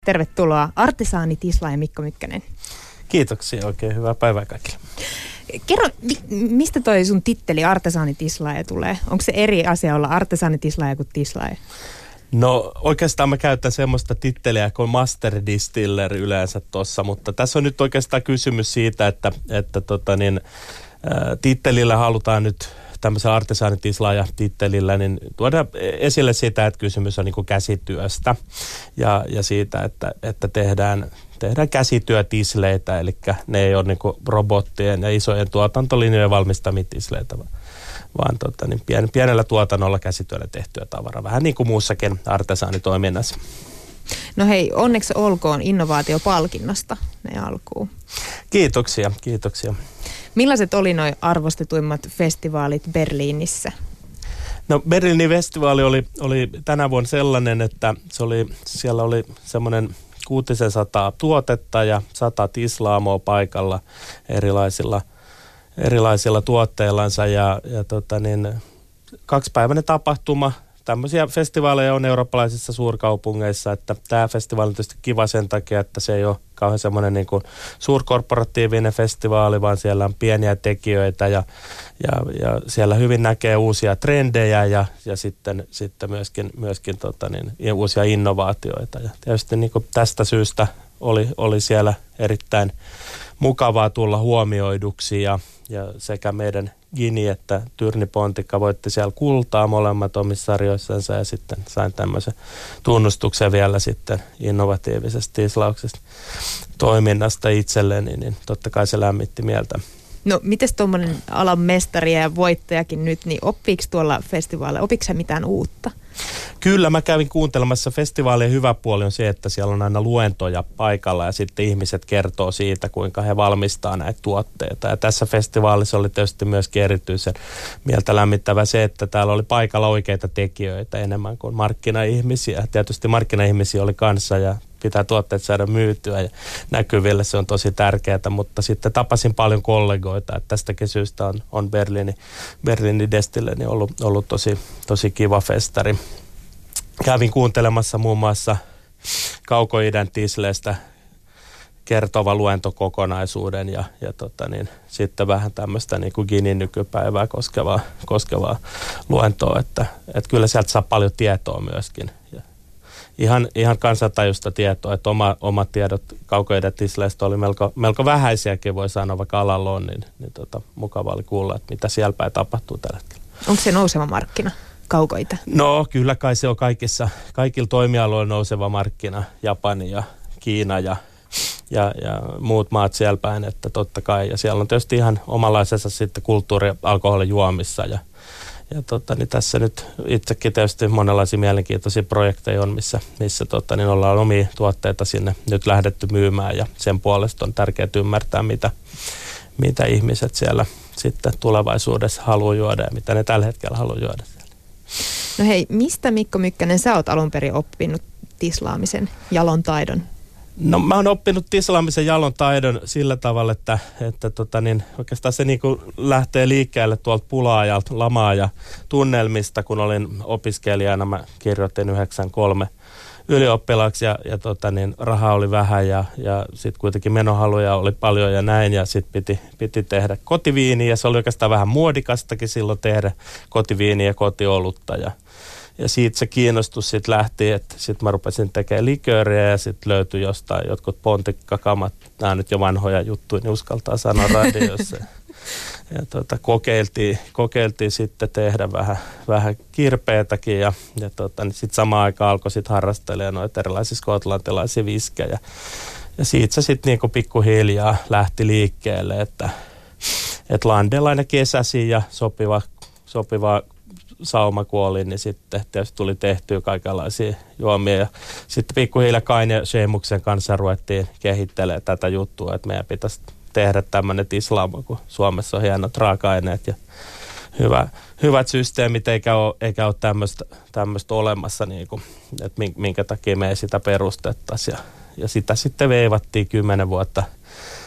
Tervetuloa artesaani Tisla ja Mikko Mykkänen. Kiitoksia, oikein hyvää päivää kaikille. Kerro, mistä toi sun titteli artesaani Tislaaja tulee? Onko se eri asia olla artesaani Tislaaja kuin Tislaaja? No oikeastaan mä käytän semmoista titteliä kuin Master Distiller yleensä tuossa, mutta tässä on nyt oikeastaan kysymys siitä, että tittelillä halutaan nyt tämmöisen artesaanitislaaja-tittelillä niin tuoda esille sitä, että kysymys on niin kuin käsityöstä ja siitä, että tehdään käsityötisleitä, eli ne ei ole niin kuin robottien ja isojen tuotantolinjojen valmistamia tisleitä, vaan pienellä tuotannolla käsityöllä tehtyä tavaraa, vähän niin kuin muussakin artesaanitoiminnassa. No hei, onneksi olkoon innovaatiopalkinnosta ne alkuun. Kiitoksia. Millaiset oli nuo arvostetuimmat festivaalit Berliinissä? No Berliinin festivaali oli tänä vuonna sellainen, että siellä oli semmoinen 600 tuotetta ja 100 tislaamoa paikalla erilaisilla tuotteillansa ja kaksipäiväinen tapahtuma. Tämmöisiä festivaaleja on eurooppalaisissa suurkaupungeissa, että tämä festivaali on tietysti kiva sen takia, että se ei ole kauhean semmoinen niin kuin suurkorporatiivinen festivaali, vaan siellä on pieniä tekijöitä ja siellä hyvin näkee uusia trendejä ja sitten myöskin uusia innovaatioita. Ja tietysti niin kuin tästä syystä oli siellä erittäin mukavaa tulla huomioiduksi ja sekä meidän Gini että Tyrni Pontikka voitti siellä kultaa molemmat omissa sarjoissansa ja sitten sain tämmöisen tunnustuksen vielä sitten innovatiivisesta tislauksesta toiminnasta itselleni, niin totta kai se lämmitti mieltä. No mites tuommoinen alan mestari ja voittajakin nyt, niin oppiiko tuolla festivaalilla, oppiiko sä mitään uutta? Kyllä, mä kävin kuuntelemassa festivaalien hyvä puoli on se, että siellä on aina luentoja paikalla ja sitten ihmiset kertoo siitä, kuinka he valmistaa näitä tuotteita. Ja tässä festivaalissa oli tietysti myöskin erityisen mieltä lämmittävä se, että täällä oli paikalla oikeita tekijöitä enemmän kuin markkinaihmisiä. Tietysti markkinaihmisiä oli kanssa ja pitää tuotteet saada myytyä ja näkyville, se on tosi tärkeää, mutta sitten tapasin paljon kollegoita, että tästäkin syystä on Berliinin Destille ollut tosi kiva festari. Kävin kuuntelemassa muun muassa Kaukoidän tisleistä kertova luentokokonaisuuden ja sitten vähän tämmöistä niin kuin Ginin nykypäivää koskevaa luentoa, että kyllä sieltä saa paljon tietoa myöskin. Ihan kansantajuista tietoa, että omat tiedot Kaukoidän tisleistä oli melko vähäisiäkin, voi sanoa, vaikka alalla on, niin mukava oli kuulla, että mitä siellä päin tapahtuu tällä hetkellä. Onko se nouseva markkina, Kaukoitä? No kyllä kai se on kaikilla toimialoilla nouseva markkina, Japani ja Kiina ja muut maat siellä päin, että totta kai. Ja siellä on tietysti ihan omanlaisensa sitten kulttuuri alkoholin juomissa niin tässä nyt itsekin tietysti monenlaisia mielenkiintoisia projekteja on, missä ollaan omia tuotteita sinne nyt lähdetty myymään ja sen puolesta on tärkeää ymmärtää, mitä ihmiset siellä sitten tulevaisuudessa haluaa juoda ja mitä ne tällä hetkellä haluaa juoda siellä. No hei, mistä Mikko Mykkänen sä oot alun perin oppinut tislaamisen jalon taidon? No mä oon oppinut tislaamisen jalon taidon sillä tavalla, että oikeastaan se niinku lähtee liikkeelle tuolta pula-ajalta, lamaa ja tunnelmista, kun olin opiskelijana. Mä kirjoitin 93 ylioppilaaksi ja rahaa oli vähän ja sitten kuitenkin menohaluja oli paljon ja näin ja sitten piti tehdä kotiviiniä ja se oli oikeastaan vähän muodikastakin silloin tehdä kotiviiniä ja kotiolutta ja siitä se kiinnostus sitten lähti, että sitten mä rupesin tekemään likööriä ja sitten löytyi jostain jotkut pontikkakamat, nämä nyt jo vanhoja juttuja, niin uskaltaa sanoa radiossa. Ja kokeiltiin sitten tehdä vähän kirpeätäkin ja niin sitten samaan aikaan alkoi sitten harrastelemaan noita erilaisia skotlantilaisia viskejä. Ja siitä se sitten niinku pikkuhiljaa lähti liikkeelle, että landella aina kesäsi ja sopiva sauma kuoli, niin sitten tietysti tuli tehtyä kaikenlaisia juomia. Ja sitten pikkuhiljaa Kain ja Sheemuksen kanssa ruvettiin kehittelemään tätä juttua, että meidän pitäisi tehdä tämmöinen tislaamo, kun Suomessa on hienot raaka-aineet ja hyvät systeemit, eikä ole tämmöistä olemassa, niin kuin, että minkä takia me ei sitä perustettaisiin. Ja sitä sitten veivattiin 10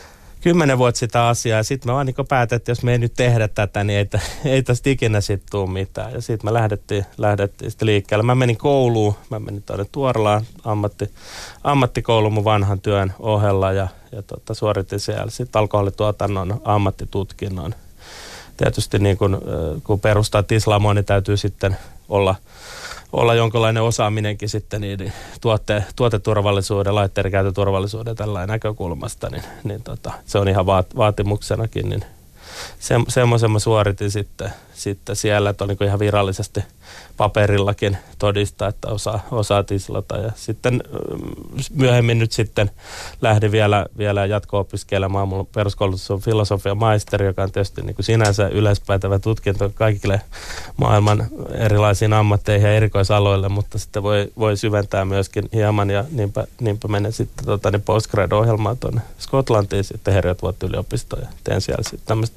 10 vuotta sitä asiaa, ja sitten me vaan niin päätettiin, että jos me ei nyt tehdä tätä, niin ei tästä ikinä sitten tule mitään. Ja sitten me lähdettiin sitten liikkeelle. Mä menin kouluun, mä menin tuonne Tuorelaan ammattikouluun mun vanhan työn ohella, ja suoritin siellä sitten alkoholituotannon ammattitutkinnon. Tietysti niin kun perustaa tislaamoon, niin täytyy sitten olla jonkinlainen osaaminenkin sitten niin tuoteturvallisuuden, laitteiden käytöturvallisuuden tällainen näkökulmasta, niin se on ihan vaatimuksenakin, niin semmoisen mä suoritin sitten siellä, että on niin ihan virallisesti paperillakin todistaa, että osaa tislata. Ja sitten myöhemmin nyt sitten lähdin vielä jatko-opiskelemaan. Mulla peruskoulutus on filosofian maisteri, joka on tietysti niin kuin sinänsä yleispäätävä tutkinto kaikille maailman erilaisiin ammatteihin ja erikoisaloille, mutta sitten voi syventää myöskin hieman, ja niinpä menen sitten postgrad-ohjelmaan tuonne Skotlantiin sitten Heriot-Watt-yliopistoon ja teen siellä sitten tämmöistä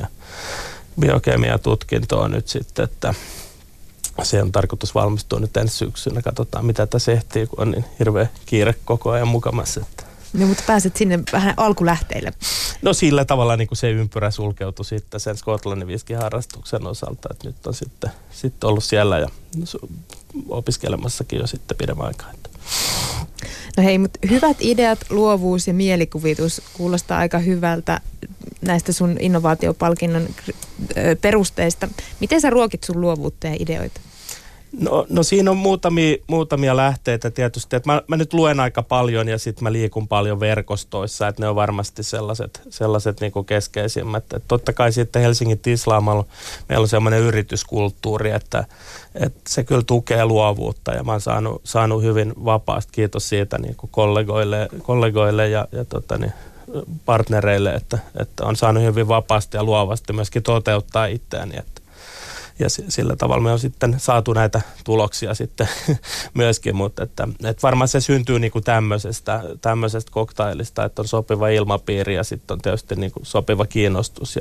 biokemia-tutkintoa nyt sitten, että se on tarkoitus valmistua nyt ensi syksynä. Katsotaan, mitä tässä ehtii, kun on niin hirveä kiire koko ajan mukamassa. No, mutta pääset sinne vähän alkulähteille. No sillä tavalla niin kuin se ympyrä sulkeutui sitten sen Skotlannin viskiharrastuksen osalta, että nyt on sitten ollut siellä ja opiskelemassakin jo sitten pidemmän aikaa. No hei, mutta hyvät ideat, luovuus ja mielikuvitus kuulostaa aika hyvältä näistä sun innovaatiopalkinnon perusteista. Miten sä ruokit sun luovuutta ja ideoita? No siinä on muutamia lähteitä tietysti, että mä nyt luen aika paljon ja sitten mä liikun paljon verkostoissa, että ne on varmasti sellaiset niin kuin keskeisimmät. Että totta kai sitten Helsingin Tislaamalla meillä on semmoinen yrityskulttuuri, että se kyllä tukee luovuutta ja mä oon saanut hyvin vapaasti, kiitos siitä niin kuin kollegoille ja partnereille, että on saanut hyvin vapaasti ja luovasti myöskin toteuttaa itseäni, ja sillä tavalla me on sitten saatu näitä tuloksia sitten myöskin, mutta että varmaan se syntyy niinku tämmöisestä koktailista, että on sopiva ilmapiiri ja sitten on tietysti niinku sopiva kiinnostus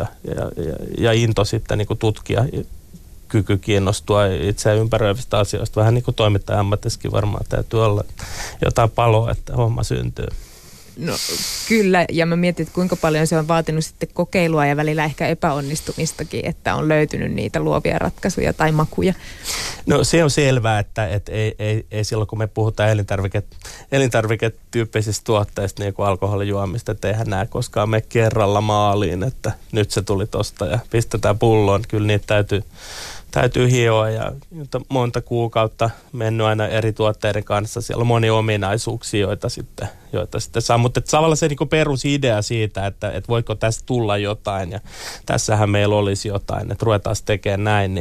ja into sitten niinku tutkia, kyky kiinnostua itseään ympäröivistä asioista. Vähän niin kuin toimittajan ammatissakin varmaan täytyy olla jotain paloa, että homma syntyy. No kyllä, ja mä mietin, että kuinka paljon se on vaatinut sitten kokeilua ja välillä ehkä epäonnistumistakin, että on löytynyt niitä luovia ratkaisuja tai makuja. No se on selvää, että ei silloin kun me puhutaan elintarviketyyppisistä tuotteista niin kuin alkoholijuomista, että eihän nämä koskaan mene kerralla maaliin, että nyt se tuli tosta ja pistetään pulloon. Kyllä niitä täytyy hioa ja monta kuukautta mennyt aina eri tuotteiden kanssa. Siellä on monia ominaisuuksia, joita sitten saa. Mutta tavallaan se niinku perusidea siitä, että voiko tästä tulla jotain ja tässähän meillä olisi jotain, että ruvetaan tekemään näin.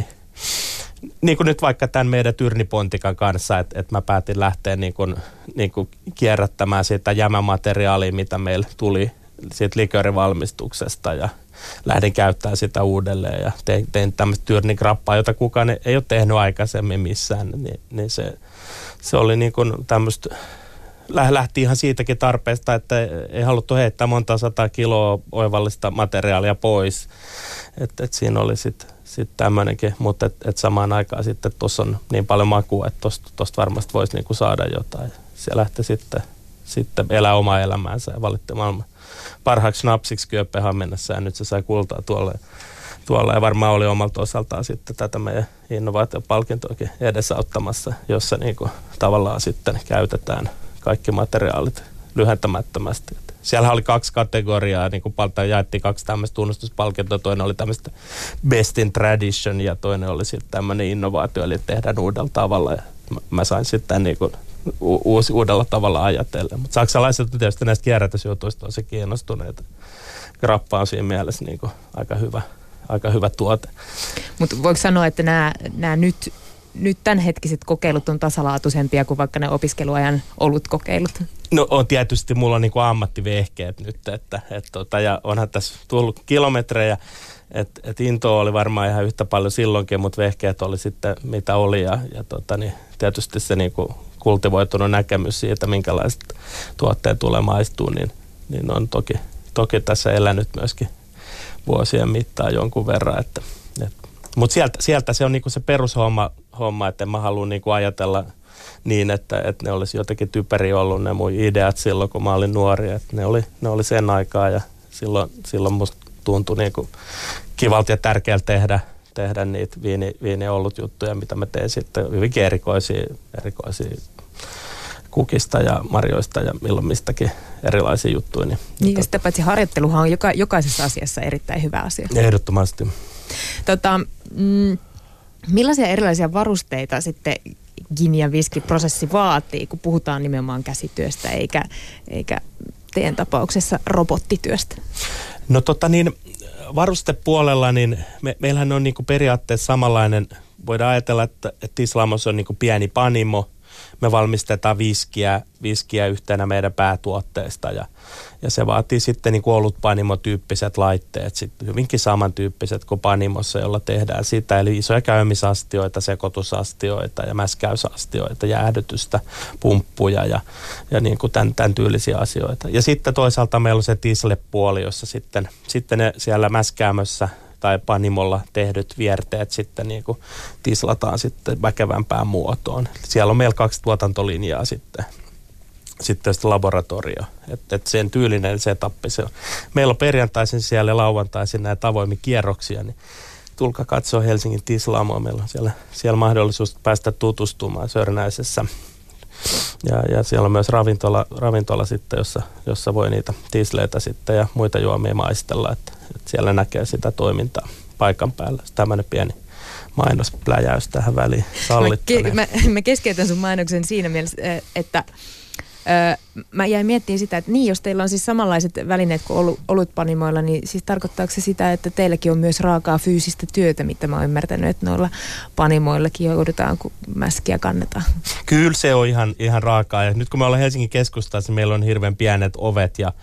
Niin kuin nyt vaikka tämän meidän tyrnipontikan kanssa, että mä päätin lähteä niin kuin kierrättämään sitä jämämateriaalia, mitä meillä tuli siitä liköörivalmistuksesta ja lähdin käyttämään sitä uudelleen ja tein tämmöistä tyrnikrappaa, jota kukaan ei ole tehnyt aikaisemmin missään, niin se oli niin kuin tämmöistä, lähti ihan siitäkin tarpeesta, että ei haluttu heittää monta 100 kiloa oivallista materiaalia pois, että siinä oli sitten tämmöinenkin, mutta et samaan aikaan sitten tuossa on niin paljon makua, että tuosta varmasti voisi niinku saada jotain. Se lähti sitten elää omaa elämäänsä ja valitti maailman parhaaksi napsiksi Kööpenhaminassa ja nyt se sai kultaa tuolla ja varmaan oli omalta osaltaan sitten tätä meidän innovaatiopalkintoakin edesauttamassa, jossa niinku tavallaan sitten käytetään kaikki materiaalit lyhentämättömästi. Siellä oli 2 kategoriaa, niin kuin jaettiin 2 tämmöistä tunnustuspalkintoa. Toinen oli tämmöistä Best in Tradition ja toinen oli sitten tämmöinen innovaatio, eli tehdään uudella tavalla. Ja mä sain sitten niin kuin uudella tavalla ajatella. Mutta saksalaiset tietysti näistä kierrätysjutuista on se kiinnostuneita. Grappa on siinä mielessä niin kuin aika hyvä tuote. Mutta voiko sanoa, että nämä nyt tämänhetkiset kokeilut on tasalaatuisempia kuin vaikka ne opiskeluajan olutkokeilut? No on tietysti, mulla on niin kuin ammattivehkeet nyt, ja onhan tässä tullut kilometrejä, että intoa oli varmaan ihan yhtä paljon silloinkin, mutta vehkeet oli sitten mitä oli ja tietysti se niin kuin kultivoitunut näkemys siitä, minkälaiset tuotteet tulee maistuu, niin on toki tässä elänyt myöskin vuosien mittaan jonkun verran, mutta sieltä se on niinku se perushomma, että en mä halua niinku ajatella niin, että ne olisi jotenkin typeriä ollut ne mun ideat silloin, kun mä olin nuori. Että ne oli sen aikaa ja silloin musta tuntui niin kuin kivalta ja tärkeältä tehdä niitä viini-ollut juttuja, mitä mä teen sitten hyvinkin erikoisia kukista ja marjoista ja milloin mistäkin erilaisia juttuja. Niin ja sitä paitsi harjoitteluhan on jokaisessa asiassa erittäin hyvä asia. Ehdottomasti. Millaisia erilaisia varusteita sitten gin- ja whisky-prosessi vaatii, kun puhutaan nimenomaan käsityöstä eikä teidän tapauksessa robottityöstä? No varustepuolella niin meillähän on niinku periaatteessa samanlainen, voidaan ajatella, että Tislamos on niinku pieni panimo. Me valmistetaan viskiä yhtenä meidän päätuotteista ja se vaatii sitten niin kuin olutpanimo-tyyppiset laitteet, sitten hyvinkin samantyyppiset kuin panimossa, jolla tehdään sitä, eli isoja käymisastioita, sekoitusastioita ja mäskäysastioita, jäähdytystä, pumppuja ja niin kuin tämän tyylisiä asioita. Ja sitten toisaalta meillä on se tisle-puoli, jossa sitten ne siellä mäskäämössä tai panimolla tehdyt vierteet sitten niin kuin tislataan sitten väkevämpään muotoon. Siellä on meillä 2 tuotantolinjaa sitten laboratorio. Että sen tyylinen setappi se on. Meillä on perjantaisin siellä ja lauantaisin näitä avoimia kierroksia, niin tulkaa katsoa Helsingin Tislaamoa. Meillä on siellä mahdollisuus päästä tutustumaan Sörnäisessä. Ja siellä on myös ravintola sitten, jossa voi niitä tisleitä sitten ja muita juomia maistella, että siellä näkee sitä toimintaa paikan päällä. Tämmöinen pieni mainospläjäys tähän väliin sallittuna. Mä keskeytän sun mainoksen siinä mielessä, että mä jäin miettimään sitä, että niin, jos teillä on siis samanlaiset välineet kuin olutpanimoilla, niin siis tarkoittaako se sitä, että teilläkin on myös raakaa fyysistä työtä, mitä mä oon ymmärtänyt, että noilla panimoillakin joudutaan, kun mäskiä kannetaan? Kyllä se on ihan raakaa. Ja nyt kun me ollaan Helsingin keskustassa, niin meillä on hirveän pienet ovet ja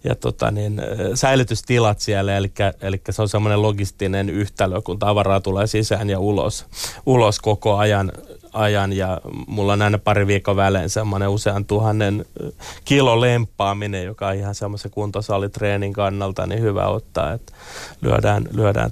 säilytystilat siellä, eli se on semmoinen logistinen yhtälö, kun tavaraa tulee sisään ja ulos koko ajan ja mulla on aina pari viikon välein semmoinen usean 1000 kilon lemppaaminen, joka on ihan semmoisen kuntosalitreenin kannalta niin hyvä ottaa, että lyödään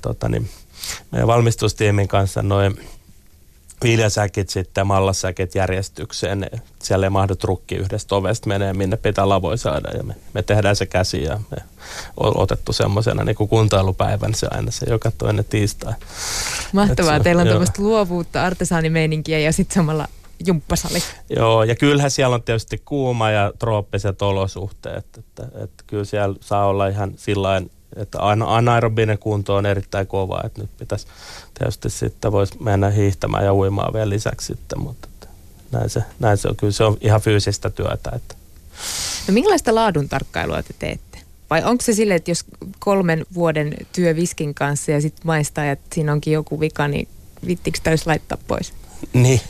meidän valmistustiimin kanssa noin viljasäkit sitten mallassäkit järjestykseen. Siellä ei mahdu trukki yhdestä ovesta menee, minne pitää lavoi saada ja me tehdään se käsi ja me on otettu semmoisena niin kuin kuntoilupäivän se aina se joka toinen tiistai. Mahtavaa, teillä on tämmöistä luovuutta, artesaanimeininkiä ja sitten samalla jumppasali. Joo, ja kyllähän siellä on tietysti kuuma ja trooppiset olosuhteet, että kyllä siellä saa olla ihan sillain, että anaerobinen kunto on erittäin kova, että nyt pitäisi tietysti sitten voisi mennä hiihtämään ja uimaan vielä lisäksi sitten, mutta näin se on, kyllä se on ihan fyysistä työtä. Että. No minkälaista laadun tarkkailua te teette? Vai onko se silleen, että jos 3 vuoden työ viskin kanssa ja sitten maistaa, että siinä onkin joku vika, niin vittikö täysi laittaa pois? Niin.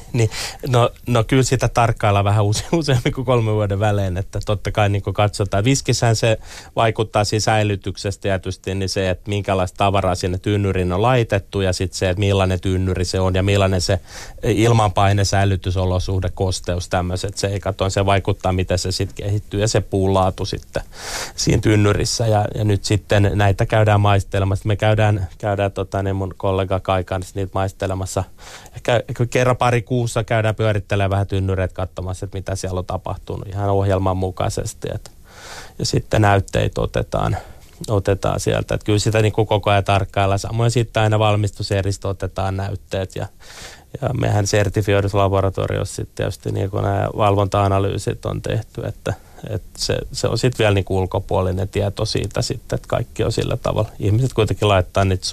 No kyllä sitä tarkkaillaan vähän useammin kuin 3 vuoden välein, että totta kai niin kuin katsotaan. Viskissähän se vaikuttaa siinä säilytyksestä tietysti, niin se, että minkälaista tavaraa sinne tynnyriin on laitettu ja sitten se, että millainen tynnyri se on ja millainen se ilmanpaine, säilytysolosuhde, kosteus, tämmöiset seikat on. Se vaikuttaa, miten se sitten kehittyy ja se puun laatu sitten siinä tynnyrissä ja nyt sitten näitä käydään maistelemassa. Me käydään mun kollega Kai kanssa niitä maistelemassa ehkä kerran pari kuussa käydään pyörittelemään vähän tynnyreitä katsomassa, että mitä siellä on tapahtunut ihan ohjelman mukaisesti. Ja sitten näytteitä otetaan sieltä. Että kyllä sitä niin kuin koko ajan tarkkaillaan. Samoin sitten aina valmistuseristä otetaan näytteet ja mehän sertifioidut laboratoriossa sitten tietysti niin kuin nämä valvonta-analyysit on tehty, että se on sitten vielä niin kuin ulkopuolinen tieto siitä sitten, että kaikki on sillä tavalla. Ihmiset kuitenkin laittaa niitä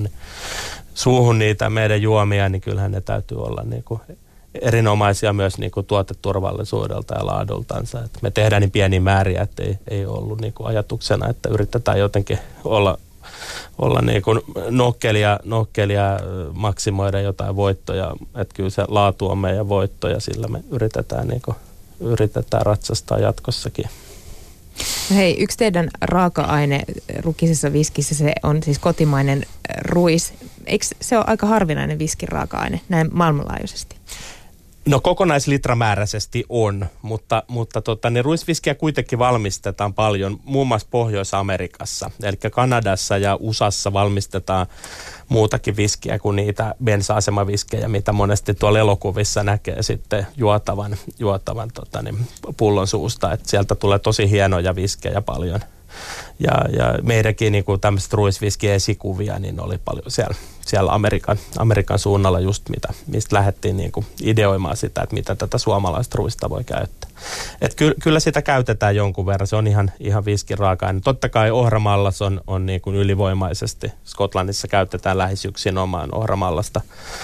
suuhun niitä meidän juomia, niin kyllähän ne täytyy olla niin kuin erinomaisia myös niin kuin tuoteturvallisuudelta ja laadultansa. Et me tehdään niin pieniä määriä, että ei ollut niin kuin ajatuksena, että yritetään jotenkin olla niin kuin nokkelia maksimoida jotain voittoja. Että kyllä se laatu on meidän voitto ja sillä me yritetään ratsastaa jatkossakin. No hei, yksi teidän raaka-aine rukisessa viskissä, se on siis kotimainen ruis. Eikö se ole aika harvinainen viskin raaka-aine näin maailmanlaajuisesti? No kokonaislitramääräisesti on, mutta ne ruisviskiä kuitenkin valmistetaan paljon, muun muassa Pohjois-Amerikassa. Eli Kanadassa ja USAssa valmistetaan muutakin viskiä kuin niitä bensa-asemaviskejä, mitä monesti tuolla elokuvissa näkee sitten juotavan pullon suusta. Et sieltä tulee tosi hienoja viskejä ja meidänkin niin kuin tämmöiset ruisviski-esikuvia, niin oli paljon siellä Amerikan suunnalla just mistä lähdettiin niin kuin ideoimaan sitä, että mitä tätä suomalaista ruista voi käyttää. Et kyllä sitä käytetään jonkun verran, se on ihan viskin raaka-aine. Totta kai ohramallas on niin kuin ylivoimaisesti, Skotlannissa käytetään lähes yksinomaan ohramallasta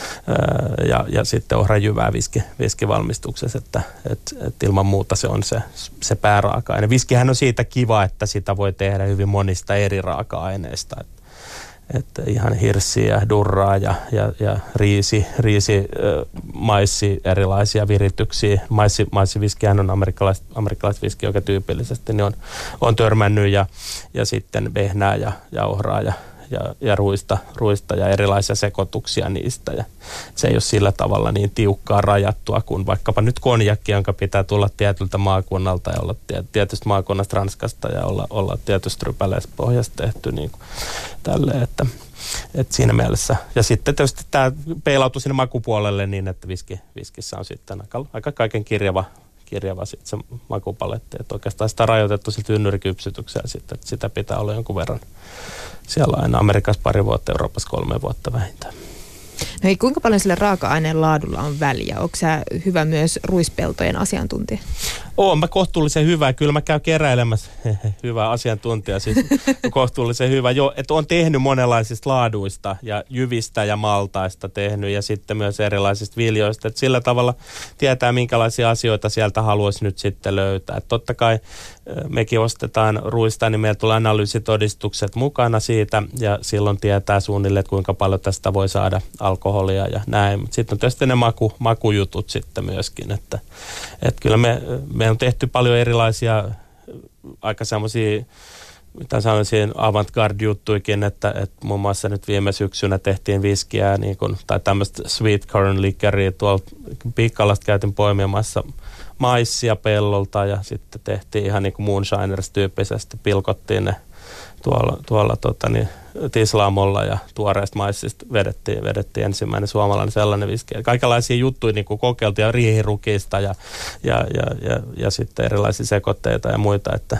ja sitten ohrajyvää viskivalmistuksessa, että ilman muuta se on se pääraaka-aine. Viskihän on siitä kiva, että sitä voi tehdä hyvin monista eri raaka-aineista. Että ihan hirssiä ja durraa ja riisi, maissi, erilaisia virityksiä. Maissiviskihän on amerikkalaisviski, joka tyypillisesti niin on törmännyt ja sitten vehnää ja ohraa ja ruista ja erilaisia sekoituksia niistä. Ja se ei ole sillä tavalla niin tiukkaa rajattua kuin vaikkapa nyt konjakki, jonka pitää tulla tietyltä maakunnalta ja olla tietystä maakunnasta Ranskasta ja olla tietystä rypäleistä pohjasta tehty niin kuin tälleen, että siinä mielessä. Ja sitten tietysti tämä peilautuu sinne makupuolelle niin, että viskissä on sitten aika kaiken kirjava sitten se makupaletti. Että oikeastaan sitä on rajoitettu sillä tynnyrikypsytyksellä sitten, että sitä pitää olla jonkun verran. Siellä aina Amerikassa 2 vuotta, Euroopassa 3 vuotta vähintään. No hei, kuinka paljon sillä raaka-aineen laadulla on väliä? Onko sä hyvä myös ruispeltojen asiantuntija? Oon mä kohtuullisen hyvä. Kyllä mä käyn keräilemässä. Hyvä asiantuntija, siis kohtuullisen hyvä. Jo, että on tehnyt monenlaisista laaduista ja jyvistä ja maltaista tehnyt ja sitten myös erilaisista viljoista. Että sillä tavalla tietää, minkälaisia asioita sieltä haluaisi nyt sitten löytää. Että totta kai mekin ostetaan ruista, niin meillä tulee analyysitodistukset mukana siitä ja silloin tietää suunnilleen, että kuinka paljon tästä voi saada alkoholia ja näin. Mutta sitten on tietysti ne makujutut sitten myöskin, että kyllä me on tehty paljon erilaisia aika semmoisia, mitä sanoisin, avantgarde-juttuikin, että muun muassa nyt viime syksynä tehtiin viskiä niin kun, tai tämmöistä sweet corn liquoria. Tuolla Pikkalasta käytin poimimassa maissia pellolta ja sitten tehtiin ihan niin kuin moonshiners-tyyppisesti, pilkottiin ne tuolla tislaamolla ja tuoreesta maissista vedettiin ensimmäinen suomalainen sellainen viski. Kaikenlaisia juttuja niin kuin kokeiltiin ja riihirukista ja sitten erilaisia sekoitteita ja muita, että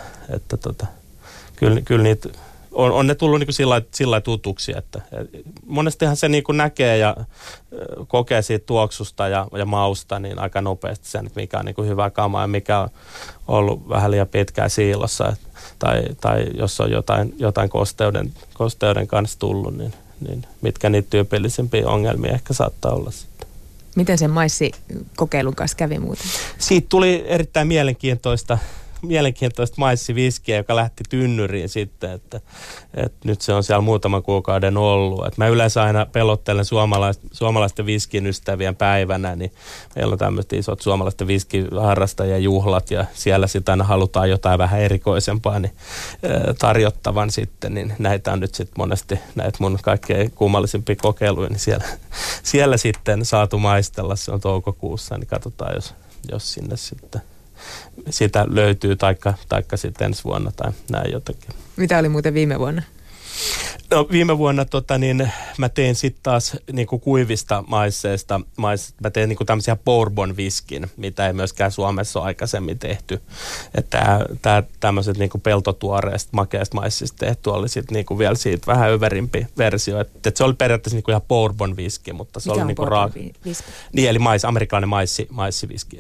kyllä niitä on ne tullut niin kuin sillä tutuksi, että monestihan se niin kuin näkee ja kokee siitä tuoksusta ja mausta niin aika nopeasti sen, että mikä on niin kuin hyvä kama ja mikä on ollut vähän liian pitkään siilossa tai jos on jotain kosteuden kanssa tullut, niin mitkä niitä tyypillisempiä ongelmia ehkä saattaa olla sitten. Miten sen maissikokeilun kanssa kävi muuten? Siitä tuli erittäin mielenkiintoista maissiviskiä, joka lähti tynnyriin sitten, että nyt se on siellä muutaman kuukauden ollut. Et mä yleensä aina pelottelen suomalaisten viskin ystävien päivänä, niin meillä on tämmöiset isot suomalaisten viskiharrastajien juhlat ja siellä sitten aina halutaan jotain vähän erikoisempaa niin tarjottavan sitten, niin näitä on nyt sitten monesti näitä mun kaikkein kummallisimpia kokeiluja, niin siellä sitten saatu maistella, se on toukokuussa, niin katsotaan, jos sinne sitten sitä löytyy taikka sitten ensi vuonna tai näin jotenkin. Mitä oli muuten viime vuonna? No viime vuonna mä tein sitten taas niinku kuivista maisseista, mä tein niinku tämmöisiä bourbon viskin, mitä ei myöskään Suomessa ole aikaisemmin tehty. Että tämmöiset niinku peltotuoreesta makeasta maissista tehty oli sitten niinku vielä siitä vähän överimpi versio. Että se oli periaatteessa niinku ihan bourbon viski, mutta se mikä oli niinku viski? Niin, eli amerikkalainen maissiviski,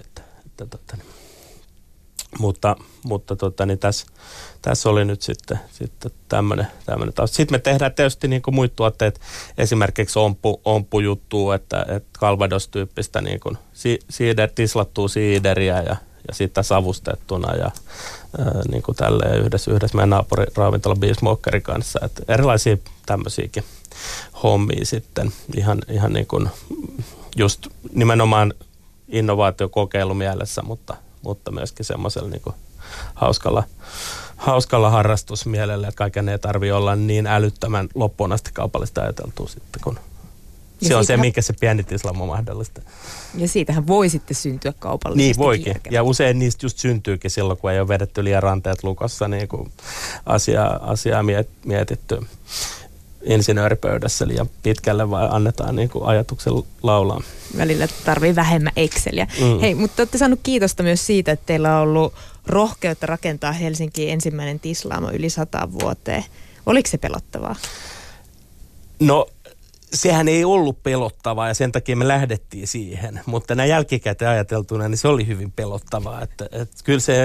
Mutta niin tässä oli nyt sitten tämmöinen taas. Sitten me tehdään tietysti niin kuin muita tuotteita, esimerkiksi omppujuttua, että Calvados-tyyppistä niin kuin tislattua siideriä ja sitten savustettuna ja niin kuin tälleen yhdessä meidän naapuriravintola Beesmokerin kanssa. Että erilaisia tämmöisiäkin hommia sitten ihan niin kuin just nimenomaan innovaatiokokeilu mielessä, mutta myöskin semmoisella niin kuin hauskalla harrastusmielellä, että kaiken ei tarvitse olla niin älyttömän loppuun asti kaupallista ajateltua sitten, kun se on se, mikä se pieni tislamo mahdollistaa. Ja siitähän voi sitten syntyä kaupallisesti. Niin voikin, ja usein niistä just syntyykin silloin, kun ei ole vedetty liian ranteet lukossa, niin kuin asiaa mietitty insinööripöydässä liian pitkälle, vai annetaan niin kuin ajatuksen laulaa. Välillä tarvii vähemmän Exceliä. Hei, mutta olette saanut kiitosta myös siitä, että teillä on ollut rohkeutta rakentaa Helsinkiin ensimmäinen Tislaamo yli 100 vuoteen. Oliko se pelottavaa? No, sehän ei ollut pelottavaa ja sen takia me lähdettiin siihen, mutta näin jälkikäteen ajateltuna, niin se oli hyvin pelottavaa. Että kyllä se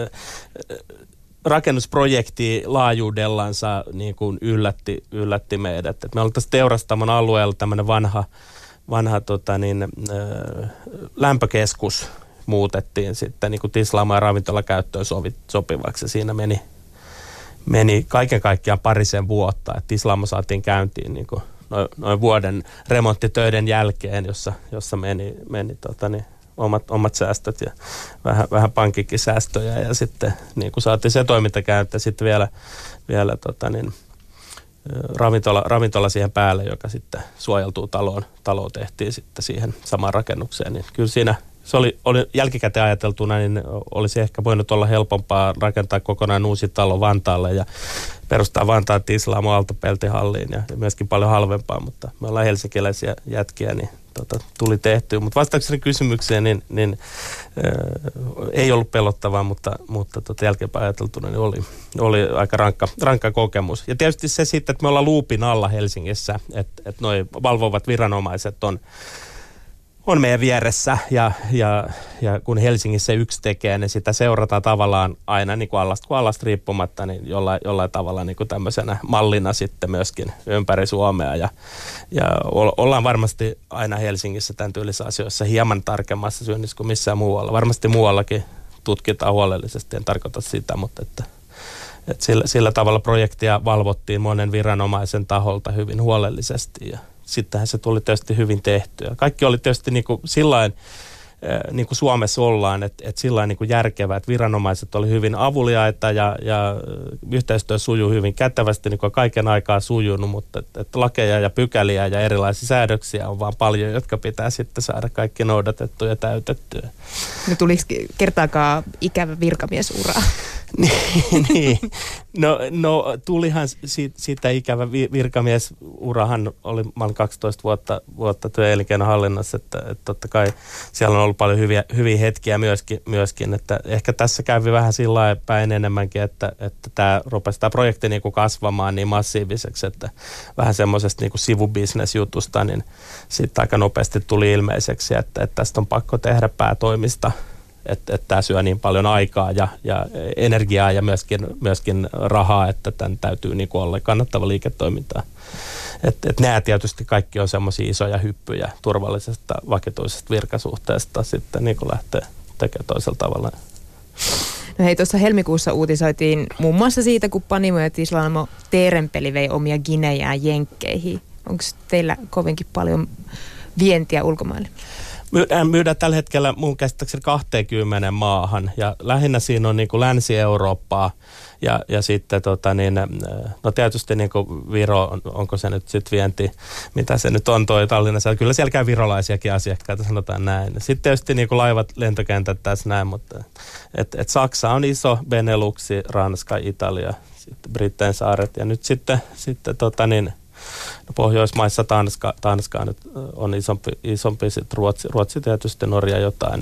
rakennusprojekti laajuudellansa niin kuin yllätti meidät. Et me oltaisiin Teurastamon alueella tämmöinen vanha lämpökeskus muutettiin sitten niin kuin Tislaamo- ja ravintolakäyttöön sopivaksi. Ja siinä meni kaiken kaikkiaan parisen vuotta, että Tislaamo saatiin käyntiin niin kuin noin vuoden remonttitöiden jälkeen, jossa meni omat säästöt ja vähän pankinkin säästöjä ja sitten niin kuin saatiin se toiminta käyntiin sitten vielä ravintola siihen päälle, joka sitten suojeltuu taloon tehtiin sitten siihen samaan rakennukseen, niin kyllä siinä se oli jälkikäteen ajateltuna, niin olisi ehkä voinut olla helpompaa rakentaa kokonaan uusi talo Vantaalle ja perustaa Vantaan Tislaamo Aalto-Peltihalliin ja myöskin paljon halvempaa, mutta me ollaan helsinkiläisiä jätkiä, niin tuli tehtyä. Mutta vastaukseni kysymykseen, niin ei ollut pelottavaa, mutta jälkeenpäin ajateltuna niin oli aika rankka kokemus. Ja tietysti se sitten, että me ollaan luupin alla Helsingissä, että noi valvovat viranomaiset on meidän vieressä ja kun Helsingissä yksi tekee, niin sitä seurataan tavallaan aina niin kuin allasta riippumatta, niin jollain tavalla niin kuin tämmöisenä mallina sitten myöskin ympäri Suomea. Ja ollaan varmasti aina Helsingissä tämän tyylisissä asioissa hieman tarkemmassa syynnissä kuin missään muualla. Varmasti muuallakin tutkitaan huolellisesti, en tarkoita sitä, mutta että sillä tavalla projektia valvottiin monen viranomaisen taholta hyvin huolellisesti ja sittenhän se tuli tietysti hyvin tehtyä. Kaikki oli tietysti niin kuin sillain, niin kuin Suomessa ollaan, että sillain niin kuin järkevää, että viranomaiset oli hyvin avuliaita ja yhteistyö sujuu hyvin kätevästi, niin kuin kaiken aikaa sujunut, mutta että lakeja ja pykäliä ja erilaisia säädöksiä on vaan paljon, jotka pitää sitten saada kaikki noudatettua ja täytettyä. No tuliko kertaakaan ikävä virkamiesura? Niin. No tulihan siitä ikävä virkamiesurahan oli, mä olin 12 vuotta työ- ja elinkeinohallinnassa, että totta kai siellä on ollut paljon hyviä hetkiä myöskin, että ehkä tässä kävi vähän sillä päin enemmänkin, että tämä rupesi tämä projekti niin kuin kasvamaan niin massiiviseksi, että vähän semmoisesta niin kuin sivubisnesjutusta, niin sitten aika nopeasti tuli ilmeiseksi, että tästä on pakko tehdä päätoimista. Että tämä syö niin paljon aikaa ja energiaa ja myöskin rahaa, että tämän täytyy niin kuin olla kannattava liiketoimintaa. Että nämä tietysti kaikki on semmoisia isoja hyppyjä turvallisesta vakituisesta virkasuhteesta sitten niin kuin lähtee tekemään toisella tavalla. No hei, tuossa helmikuussa uutisoitiin muun muassa siitä, kun Panimo ja Tislaamo Teerenpeli vei omia ginejään jenkkeihin. Onko teillä kovinkin paljon vientiä ulkomaille? Myydään tällä hetkellä mun käsittääkseni 20 maahan ja lähinnä siinä on niin kuin Länsi-Eurooppaa ja sitten no tietysti niin kuin Viro, onko se nyt sitten vienti, mitä se nyt on toi Tallinnassa, kyllä siellä käy virolaisiakin asiakkaita, sanotaan näin. Sitten tietysti niin kuin laivat, lentokentät tässä näin, mutta et Saksa on iso, Beneluxi, Ranska, Italia, sitten Brittein saaret ja nyt sitten Pohjoismaissa Tanska nyt on isompi sitten Ruotsi tietysti, Norja jotain.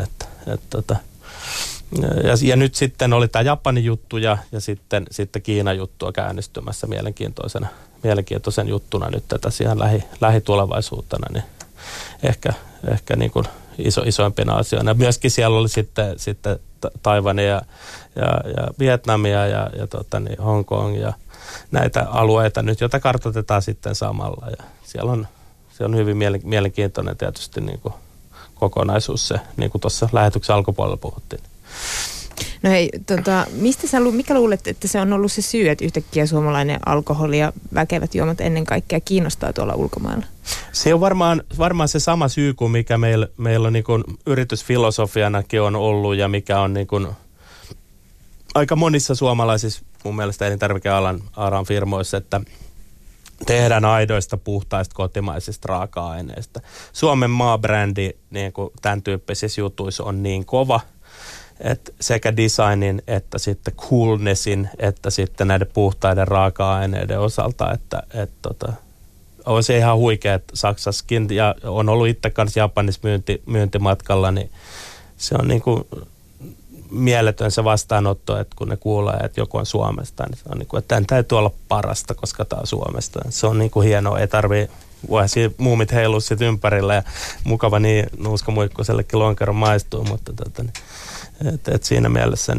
Ja nyt sitten oli tämä Japanin juttu ja sitten Kiinan juttua käynnistymässä mielenkiintoisen juttuna nyt tässä ihan lähitulevaisuutena, niin ehkä niin kuin isoimpina asioina. Myöskin siellä oli sitten Taiwania ja Vietnamia ja Hongkong ja näitä alueita nyt, joita kartoitetaan sitten samalla. Ja se on hyvin mielenkiintoinen tietysti niin kuin kokonaisuus se, niin kuin tuossa lähetyksen alkupuolella puhuttiin. No hei, mikä luulet, että se on ollut se syy, että yhtäkkiä suomalainen alkoholi ja väkevät juomat ennen kaikkea kiinnostaa tuolla ulkomailla? Se on varmaan se sama syy kuin mikä meillä on niin kuin yritysfilosofianakin on ollut ja mikä on niin kuin aika monissa suomalaisissa mun mielestä elintarvikealan firmoissa, että tehdään aidoista, puhtaista, kotimaisista raaka-aineista. Suomen maabrändi niin kuin tämän tyyppisissä jutuissa on niin kova, että sekä designin, että sitten coolnessin, että sitten näiden puhtaiden raaka-aineiden osalta, että on se ihan huikea, että Saksassakin, ja on ollut itse kanssa Japanissa myyntimatkalla, niin se on niin kuin mieletön se vastaanotto, että kun ne kuulee, että joku on Suomesta, niin se on niin kuin, että tämän täytyy olla parasta, koska tämä on Suomesta. Se on niin kuin hienoa, ei tarvitse muumit heilua sitten ympärillä ja mukava niin nuuskamuikkuisellekin lonkero maistuu, mutta et siinä mielessä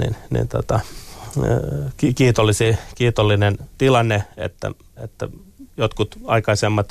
kiitollinen tilanne, että jotkut aikaisemmat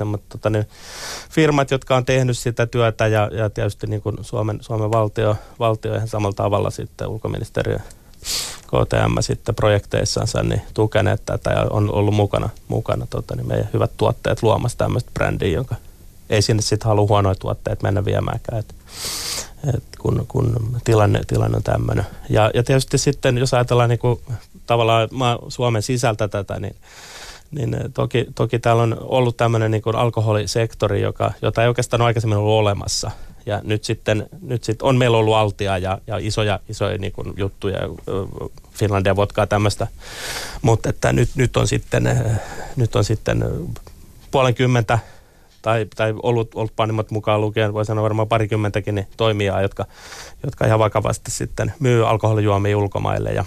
firmat, jotka on tehnyt sitä työtä ja tietysti niin kuin Suomen valtio ihan samalla tavalla sitten ulkoministeriö KTM sitten projekteissansa niin tukeneet tätä ja on ollut mukana meidän hyvät tuotteet luomassa tämmöistä brändiä, jonka ei sinne sitten halua huonoja tuotteita mennä viemäänkään, että kun tilanne on tämmöinen. Ja tietysti sitten, jos ajatellaan niin kuin tavallaan Suomen sisältä tätä, niin toki täällä on ollut tämmöinen niin kuin alkoholisektori, jota ei oikeastaan ole aikaisemmin ollut olemassa. Ja nyt sitten on meillä ollut Altia ja isoja niin kuin juttuja, Finlandia vodkaa tämmöistä, mutta että nyt on sitten puolenkymmentä tai ollut panimot mukaan lukien, voi sanoa varmaan parikymmentäkin niin toimijaa, jotka ihan vakavasti sitten myy alkoholijuomia ulkomaille ja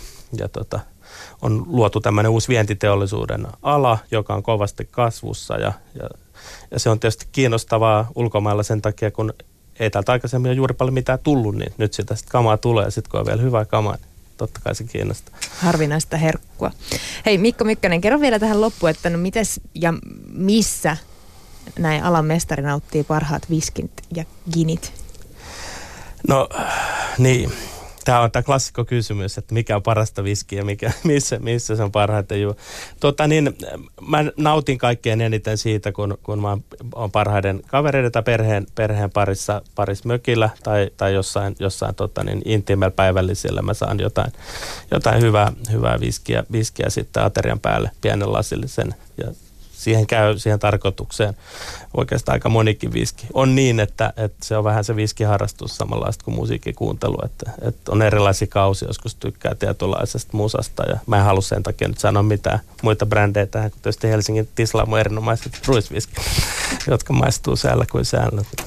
on luotu tämmöinen uusi vientiteollisuuden ala, joka on kovasti kasvussa ja se on tietysti kiinnostavaa ulkomailla sen takia, kun ei täältä aikaisemmin ole juuri paljon mitään tullut, niin nyt sitä sitten kamaa tulee ja sitten kun on vielä hyvää kamaa, niin totta kai se kiinnostaa. Harvinaista herkkua. Hei Mikko Mykkänen, kerro vielä tähän loppuun, että no mites ja missä näin alan mestari nauttii parhaat viskit ja ginit? No niin, tämä on tämä klassikko kysymys, että mikä on parasta viskiä ja missä se on parhaiten juo. Mä nautin kaikkein eniten siitä, kun mä oon parhaiden kavereiden tai perheen parissa mökillä tai jossain intiimellä päivällisillä mä saan jotain hyvää viskiä sitten aterian päälle, pienen lasillisen ja siihen tarkoitukseen oikeastaan aika monikin viski. On niin, että se on vähän se viskiharrastus samanlaista kuin musiikin kuuntelu, että on erilaisia kausia, joskus tykkää tietynlaisesta musasta ja mä en halua sen takia nyt sanoa mitään muita brändejä tähän, kun tietysti Helsingin Tislamo erinomaiset ruisviski, jotka maistuu säällä kuin säällä.